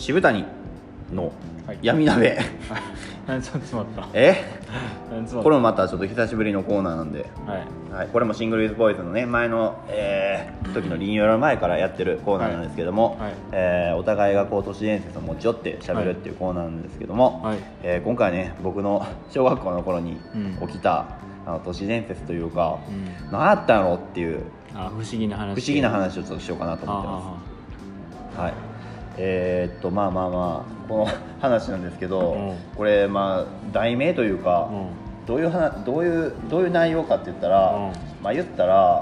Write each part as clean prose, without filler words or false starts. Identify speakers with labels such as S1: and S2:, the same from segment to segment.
S1: 渋谷の
S2: はい
S1: 闇鍋、
S2: ちょっと待った
S1: これもまたちょっと久しぶりのコーナーなんで、
S2: はい
S1: はい、これもシングルイズボーイズのね前の、時のリニューアル前からやってるコーナーなんですけども、
S2: はい
S1: お互いがこう都市伝説を持ち寄って喋るっていうコーナーなんですけども、
S2: はい
S1: 今回ね僕の小学校の頃に
S2: うん
S1: 起きた、都市伝説というか、
S2: うん
S1: 何やったんやろっていう
S2: 不思議な話
S1: 不思議な話をちょっとしようかなと思ってます。はい、まあこの話なんですけど、
S2: うん
S1: これまあ題名というか、どういう内容かって言ったら、まあ言ったら、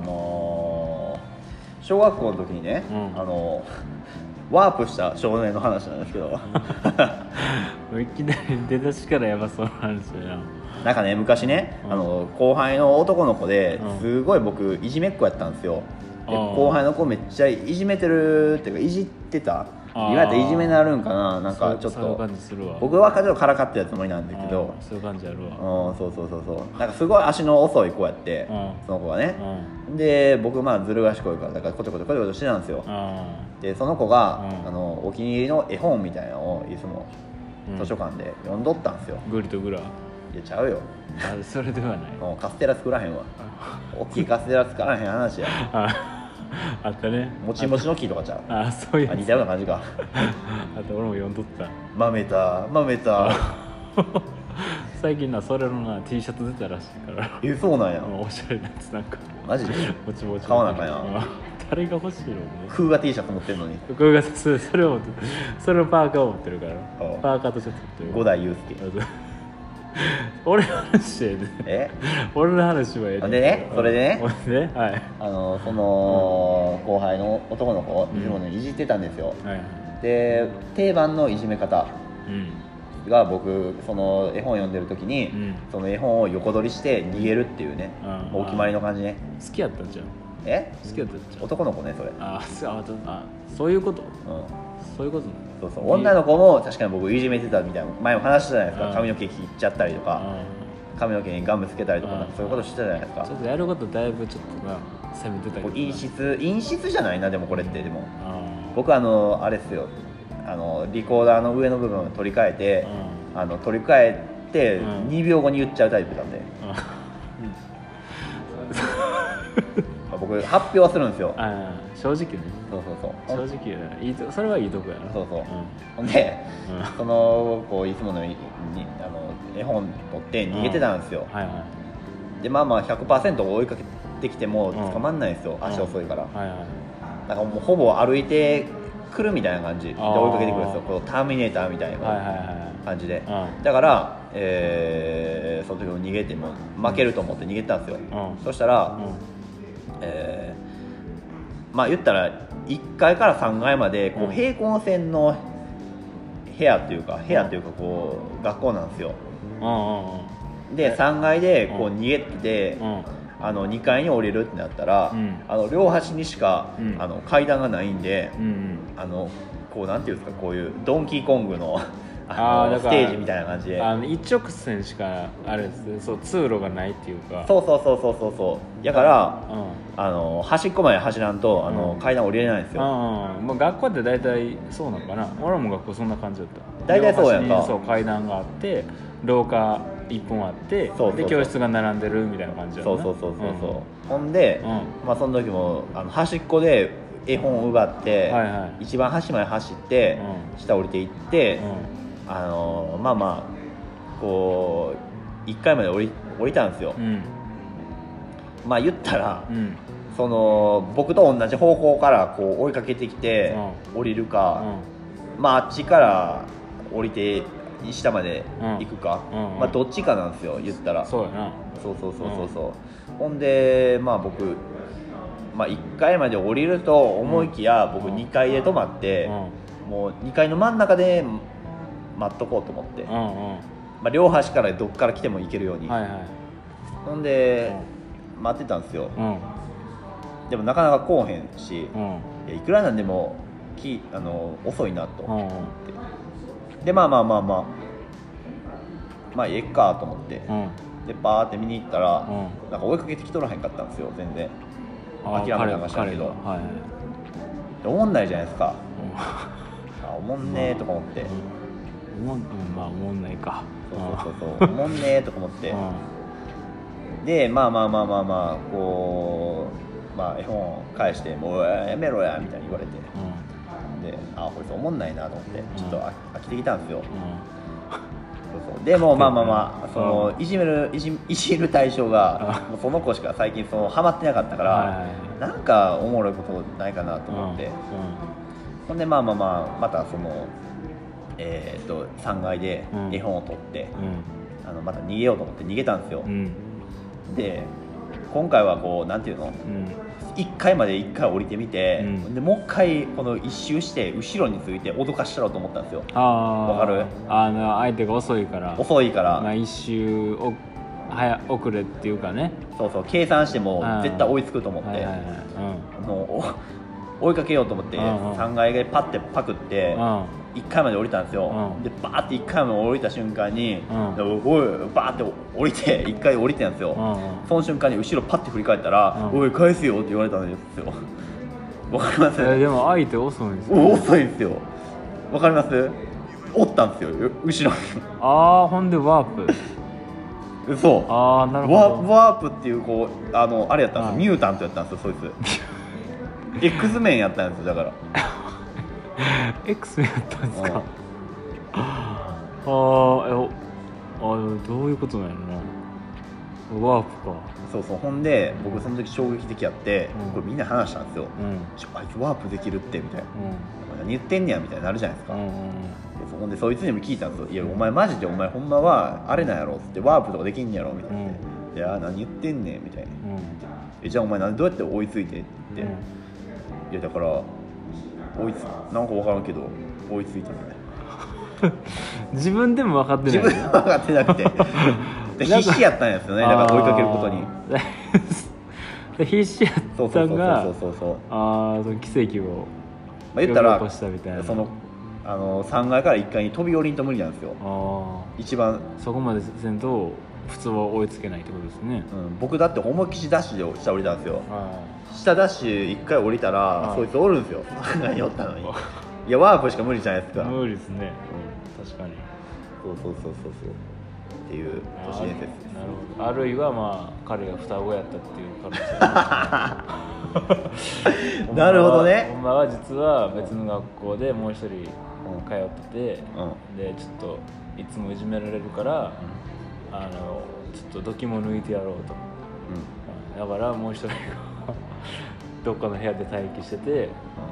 S1: 小学校の時にね、ワープした少年の話なんですけど
S2: いきなり出だしからやばそうな話だな。
S1: なんかね昔ね、後輩の男の子で
S2: うん
S1: すごい僕いじめっ子やったんですよ。で
S2: うん
S1: 後輩の子めっちゃいじめてるっていうかいじってた、
S2: あー
S1: 今やったらいじめになるんかな、なんかちょっ
S2: そういう
S1: と
S2: 感じするわ。
S1: 僕はちょっとからかってたつもりなんですけど、
S2: そういう感じあるわ。
S1: そうなんかすごい足の遅い子やって、その子がね、で僕まあずる賢いからだからコテコテしてたんですよ。でその子が、お気に入りの絵本みたいなのをいつも図書館で読んどったんですよ。
S2: グリとグラ。
S1: いやちゃうよ、
S2: それではない。
S1: もうカステラ作らへんわ。大きいカステラ作らへん話や。
S2: あったね。
S1: もちもちの木とかちゃう。
S2: そういうやつ。
S1: 似たような感じか。
S2: あと俺も読んどった。
S1: 豆た
S2: 最近なそれのな T シャツ出たらしいから
S1: そうなんや。
S2: おしゃれなやつなんか
S1: マジで
S2: もちもち
S1: 買わなあかんやん。
S2: 誰が欲しいのね。
S1: 空が T シャツ持ってんのに。
S2: これがそれを持ってる、それをパーカーを持ってるから
S1: ああ
S2: パーカーとシャツ持ってる。
S1: 五代祐介。
S2: 俺の話やで。俺の話はや
S1: でね、それでね、
S2: 俺ね、はい
S1: その後輩の男の子いつもねいじってたんですよ。
S2: はい
S1: で定番のいじめ方
S2: うん
S1: が僕その絵本読んでる時に、その絵本を横取りして逃げるっていうね、もうお決まりの感じね。
S2: 好きやったんじゃん。好きやったんじゃん。
S1: 男の子ねそれ。
S2: そういうことそういうことね。
S1: そう女の子も確かに僕いじめてたみたいな前も話したじゃないですか。髪の毛切っちゃったりとか髪の毛にガムつけたりとかなんかそういうことしてたじゃないですか。
S2: ちょっとやることだいぶちょっとな攻めてたけどな。
S1: 陰湿じゃないなでもこれってでも
S2: あ
S1: 僕あれですよ、リコーダーの上の部分を取り替えて、取り替えて2秒後に言っちゃうタイプなんで、僕発表はするんですよ。
S2: 正直ね。
S1: そう
S2: 正直いいとそれはいいとこやな。
S1: そうほんで、そのこういつものように絵本取って逃げてたんですよ。でまあ 100% 追いかけてきても捕まんないんですよ、足遅いから。なんかもうほぼ歩いてくるみたいな感じで追いかけてくるんですよ。こうターミネーターみたいな感じで。だから、その時も逃げても負けると思って逃げてたんですよ。そしたら、まあ言ったら1階から3階までこう平行線の部屋っていうかこう学校なんですよ。で3階でこう逃げて2階に降りるってなったら、両端にしか、階段がないんで、こうなんていうんですか、こういうドンキーコングのステージみたいな感じで
S2: 一直線しかあれですね。そう通路がないっていうか。
S1: そうだから、端っこまで走らんと階段降りれないんですよ。
S2: もう学校って大体そうなのかな。俺も学校そんな感じだった。
S1: 大体そうやんか。
S2: そう階段があって廊下1本あってで教室が並んでるみたいな感じだった。ほんで、まあその時も端っこで絵本を奪って、一番端まで走って、下降りていって、こう1階まで降りたんですよ。まあ言ったら、その僕と同じ方向からこう追いかけてきて降りるか、まああっちから降りて下まで行くか、まあどっちかなんですよ言ったら。 そうやな。
S1: ほんでまあ僕、1階まで降りると思いきや、僕2階で止まって、もう2階の真ん中で待っとこうと思って、両端からどっから来ても行けるように、ほんで、待ってたんですよ。でもなかなか来おへんし、いくらなんでも遅いなと思って、でまあええかと思って、でバーって見に行ったら、なんか追いかけてきとらへんかったんですよ。全然諦めたかしたけど、おもんないじゃないですか。
S2: おもんねーとか思って、
S1: まあおもんないか、
S2: そうおもんねーとか思ってでまあこう絵本返してもうやめろやみたいに言われて、でこいつおもんないなと思ってちょっと飽きてきたんですよ、でもそのいじる対象がもうその子しか最近ハマってなかったから、なんかおもろいことないかなと思って、ほんでまた3階で絵本を取って、また逃げようと思って逃げたんですよ、で今回はこうなんていうの、1階まで1回降りてみて、でもう1回この一周して後ろについて脅かしたろうと思ったんですよ。わかる？
S1: 相手が遅いから一周遅れっていうかね、
S2: そう計算しても絶対追いつくと思って追いかけようと思って3階でパッてパクって1階まで降りたんですよ、でバーって1階まで降りた瞬間においバーって降りて1階降りてたんですよ、その瞬間に後ろパッて振り返ったらおい返すよって言われたんですよ。わかります？
S1: でも相手遅いんですよ。
S2: 遅いんですよ。わかります？おったんですよ後ろに。
S1: ほんでワープ
S2: そう
S1: なるほど。
S2: ワープっていうこうあれやったんですよ、ミュータントやったんですよそいつ。X メンやったんですよだから。
S1: X メンやったんですか。どういうことなんやろな。ワープか。そう
S2: ほんで僕その時衝撃的やって、これみんな話したんですよ、あいつワープできるってみたいな、何言ってんねやみたいになるじゃないですか、ほんでそいつにも聞いたんですよ、いやお前マジでお前ほんまはあれなんやろってワープとかできんやろみたいな、いや何言ってんねんみたいな、じゃあお前どうやって追いついてって言って、いやだからなんか分からんけど追いついてね。
S1: 自分でも分かってない。
S2: 自分でも分かってなくて必死やったんですよね、だから追いかけることに。
S1: 必死やったんがその奇跡を
S2: 言ったら
S1: 起こしたみたいな。
S2: 3階から1階に飛び降りんと無理なんですよ。一番
S1: そこまでせんと普通は追いつけないってことですね、
S2: 僕だって思いっきしダッシュで下降りたんですよ。下ダッシュ1回降りたらそいつおるんですよ、3階におったのに。いやワープしか無理じゃないですか。
S1: 無理ですね、確かに。そう
S2: っていう都市伝説です。
S1: なるほど。あるいは彼が双子やったっていう可能性
S2: なるほどね。
S1: ほんまは実は別の学校でもう一人通ってて、でちょっといつもいじめられるから、ちょっとドキも抜いてやろうと、だからもう一人がどっかの部屋で待機してて、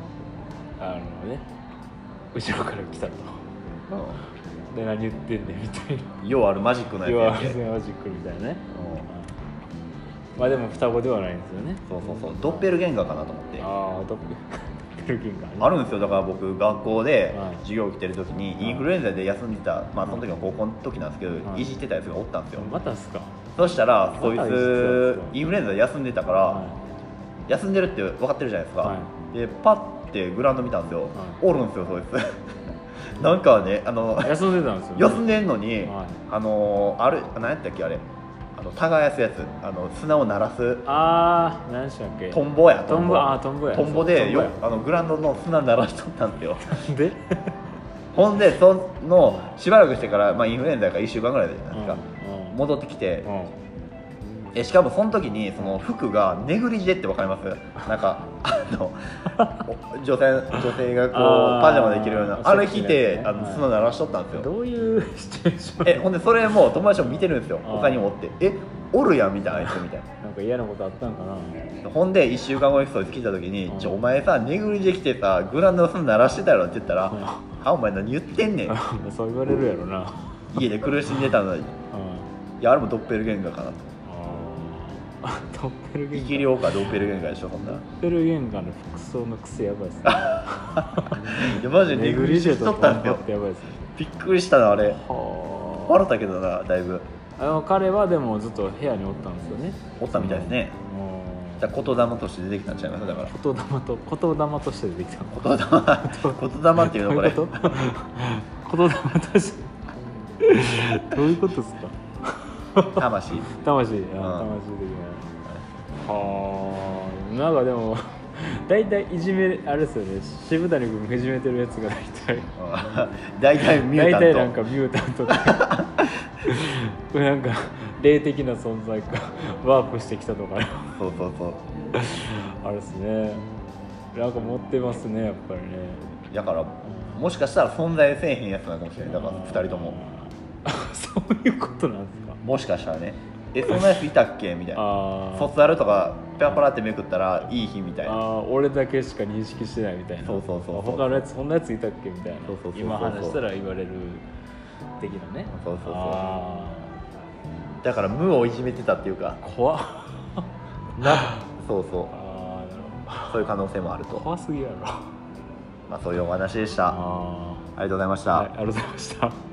S1: 後ろから来たと、で何言ってんねんみたいな。
S2: 要あるマジックのやつや
S1: マジックみたいなね。でも双子ではないんですよね。
S2: そうドッペルゲンガーかなと思って。
S1: ドッペルゲンガーね。
S2: あるんですよ。だから僕学校で授業来てる時にインフルエンザで休んでた、その時の高校の時なんですけど、いじってたやつがおったんですよ。
S1: またっすか。
S2: そしたらそいつインフルエンザで休んでたから、休んでるって分かってるじゃないですか、でパッてグラウンド見たんですよ、おるんですよそいつ。なんかね
S1: 休んでたんですよ、
S2: 休んでんのに、あれ何やったっけ、あれ耕すやつ、砂を鳴らす、
S1: 何でしたっけ、
S2: トンボや
S1: トンボ
S2: でグラウンドの砂鳴らしとったんですよ。
S1: で
S2: ほんでしばらくしてから、インフルエンザから1週間ぐらいじゃないですか、戻ってきて、しかもその時にその服がネグリジェって分かります？なんか女性がこうパジャマで着るようなあれ着て砂鳴らしとったんですよ。
S1: どういうシチュエーション？
S2: ほんでそれも友達も見てるんですよ。他にもおっておるやんみたいなあいつみたいな。
S1: なんか嫌なことあったんかな。
S2: ほんで1週間後にそいつ来た時にお前さネグリジェ着てさグラウンドの砂鳴らしてたやろって言ったらお前何言ってんねん。
S1: そう言われるやろな。
S2: 家で苦しんでたのに。いやあれもドッペルゲンガーかなと。
S1: ドッペルゲンガー、
S2: 生き量かドッペルゲンガーでしょ、そんな。
S1: ドッペルゲンガーの服装の癖やばいっすね。
S2: いやマジでネグリジェしとったんですよ。
S1: やばいっすね。
S2: びっくりしたなあれ。笑ったけどな、だいぶ。
S1: 彼はでもずっと部屋におったんですよね。
S2: おったみたいですね。じゃあ言霊として出てきたんちゃいますだから。
S1: 言霊として出てきた。
S2: 言霊っていうのこれ。言
S1: 霊として。どういうことですか。
S2: 魂的な。
S1: なんかでも
S3: 大体いじめあれですよね、渋谷君がいじめてるやつが
S1: 大体ミュータント、
S3: 大体なんかミュータントとかなんか霊的な存在がワープしてきたとか
S1: そうそうそう
S3: あれですね、なんか持ってますねやっぱりね。
S1: だからもしかしたら存在せえへんやつなのかもしれない。だから2人とも
S3: そういうことなんですか。
S1: もしかしたらね、そんなやついたっけみたいな、卒アルとかペラペラってめくったらいい日みたいな、
S3: 俺だけしか認識してないみたいな、
S1: そう
S3: 他のやつそんなやついたっけみたいな、
S1: そう
S3: 今話したら言われる的なね。
S1: そうだから無をいじめてたっていうか、
S3: 怖っ
S1: そうそう、
S3: なるほど、
S1: そういう可能性もあると。
S3: 怖すぎやろ。
S1: まあそういうお話でした。ありがとうございました。
S3: はい、ありがとうございました。